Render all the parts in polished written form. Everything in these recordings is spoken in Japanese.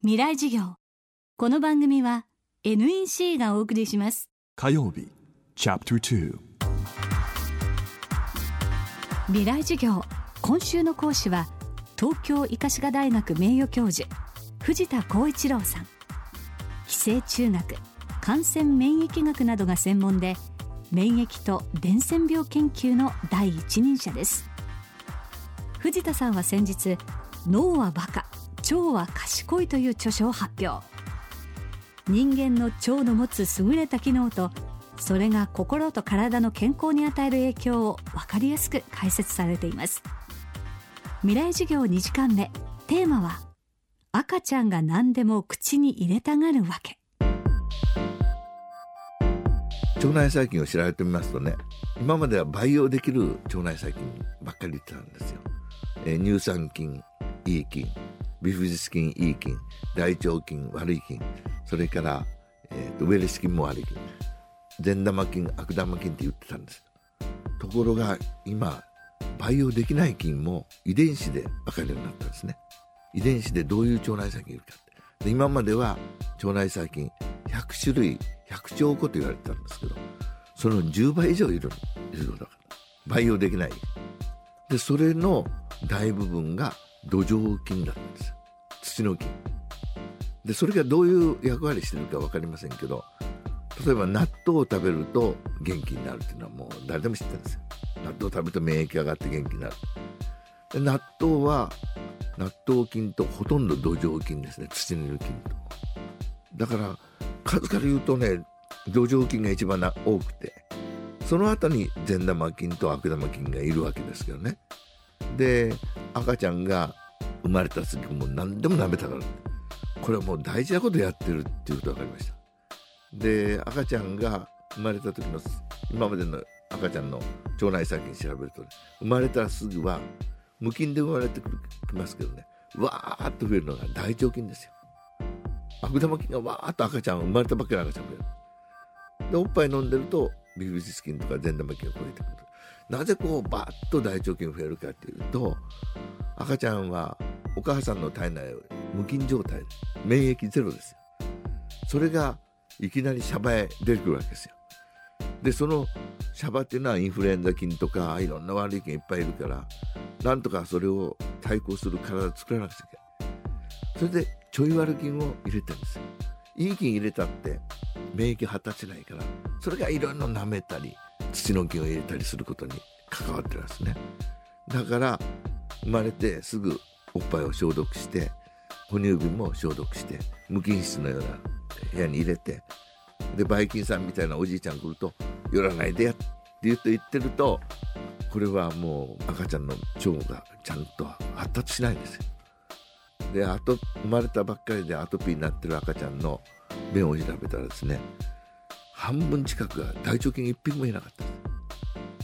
未来授業。この番組は NEC がお送りします。 火曜日チャプター2、 未来授業。今週の講師は東京医科歯科大学名誉教授藤田浩一郎さん。寄生虫学、感染免疫学などが専門で、免疫と伝染病研究の第一人者です。藤田さんは先日、脳はバカ、腸は賢いという著書を発表。人間の腸の持つ優れた機能と、それが心と体の健康に与える影響を分かりやすく解説されています。未来授業2時間目、テーマは赤ちゃんが何でも口に入れたがるわけ。 腸内細菌を調べてみますとね、今までは培養できる腸内細菌ばっかり言ってたんですよ。乳酸菌、いい菌、ビフィズス菌、いい菌、大腸菌、悪い菌、それから、ウエルシュ菌も悪い菌、善玉菌、悪玉菌って言ってたんです。ところが今、培養できない菌も遺伝子で分かるようになったんですね。遺伝子でどういう腸内細菌いるかって。で、今までは腸内細菌100種類100兆個と言われてたんですけど、その10倍以上いることだから、培養できない。で、それの大部分が土壌菌だったんです。土の菌で、それがどういう役割してるか分かりませんけど、例えば納豆を食べると元気になるっていうのはもう誰でも知ってるんですよ。納豆を食べると免疫が上がって元気になる。で、納豆は納豆菌とほとんど土壌菌ですね。土にいる菌と。だから数から言うとね、土壌菌が一番多くて、その後に善玉菌と悪玉菌がいるわけですけどね。で、赤ちゃんが生まれた時も何でも舐めたから、これはもう大事なことやってるっていうことが分かりました。で、赤ちゃんが生まれた時の今までの赤ちゃんの腸内細菌調べると、ね、生まれたらすぐは無菌で生まれてきますけどね、わーっと増えるのが大腸菌ですよ。悪玉菌がわーっと赤ちゃん、生まれたばっかりの赤ちゃんが増える。で、おっぱい飲んでるとビフィズス菌とか善玉菌が増えてくる。なぜこうバーッと大腸菌が増えるかというと、赤ちゃんはお母さんの体内無菌状態で免疫ゼロですよ。それがいきなりシャバへ出てくるわけですよ。で、そのシャバっていうのはインフルエンザ菌とかいろんな悪い菌いっぱいいるから、なんとかそれを対抗する体を作らなくちゃいけない。それでちょい悪菌を入れてるんですよ。いい菌入れたって免疫発達しないから、それがいろいろ舐めたり土の菌を入れたりすることに関わってるんですね。だから生まれてすぐおっぱいを消毒して、哺乳瓶も消毒して、無菌室のような部屋に入れて、で、ばい菌さんみたいなおじいちゃん来ると、寄らないでやって言ってると、これはもう赤ちゃんの腸がちゃんと発達しないんですよ。で、生まれたばっかりでアトピーになってる赤ちゃんの便を調べたらですね、半分近くが大腸菌1匹もいなかったです。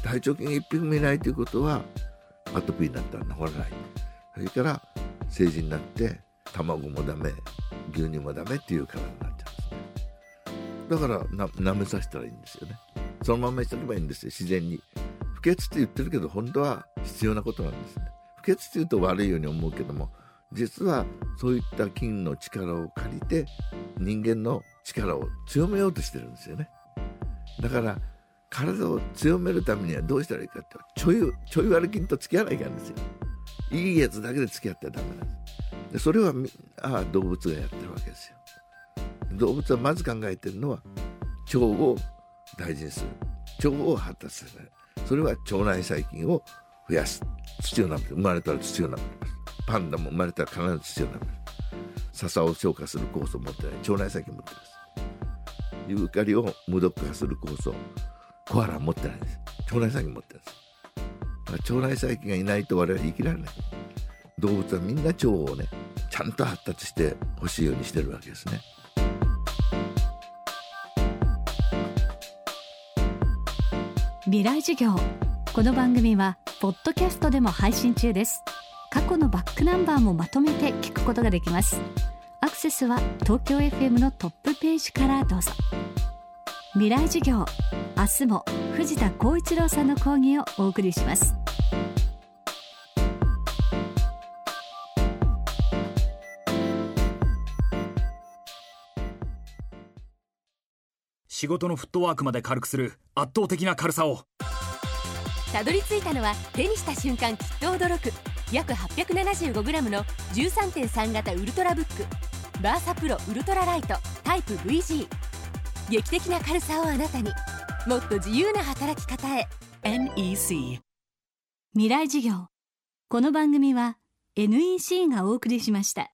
大腸菌1匹もいないということは、アトピーになったら治らない。それから成人になって卵もダメ、牛乳もダメっていう体になっちゃうんですね。だから舐めさせたらいいんですよね。そのままにしておけばいいんですよ、自然に。不潔って言ってるけど本当は必要なことなんですね。不潔って言うと悪いように思うけども、実はそういった菌の力を借りて人間の力を強めようとしてるんですよね。だから体を強めるためにはどうしたらいいかって、ちょい悪菌と付き合わないかんですよ。いいやつだけで付き合ってはダメなんです。で、それは動物がやってるわけですよ。動物はまず考えてるのは腸を大事にする、腸を発達させる。それは腸内細菌を増やす。土を舐める。生まれたら土を舐めます。パンダも生まれたら必ず土を舐める。笹を消化する酵素を持ってない、腸内細菌持ってます。ユーカリを無毒化する酵素、コアラ持ってないんです。腸内細菌持ってるんです。だから腸内細菌がいないと我々生きられない。動物はみんな腸をね、ちゃんと発達してほしいようにしてるわけですね。 未来授業。この番組はポッドキャストでも配信中です。過去のバックナンバーもまとめて聞くことができます。アクセスは東京 FM のトップページからどうぞ。未来授業、明日も藤田浩一郎さんの講義をお送りします。 仕事のフットワークまで軽くする圧倒的な軽さを。 たどり着いたのは手にした瞬間きっと驚く約 875g の 13.3 型ウルトラブックバーサプロウルトラライトタイプ VG。 劇的な軽さをあなたに、もっと自由な働き方へ。 NEC 未来事業。この番組は NEC がお送りしました。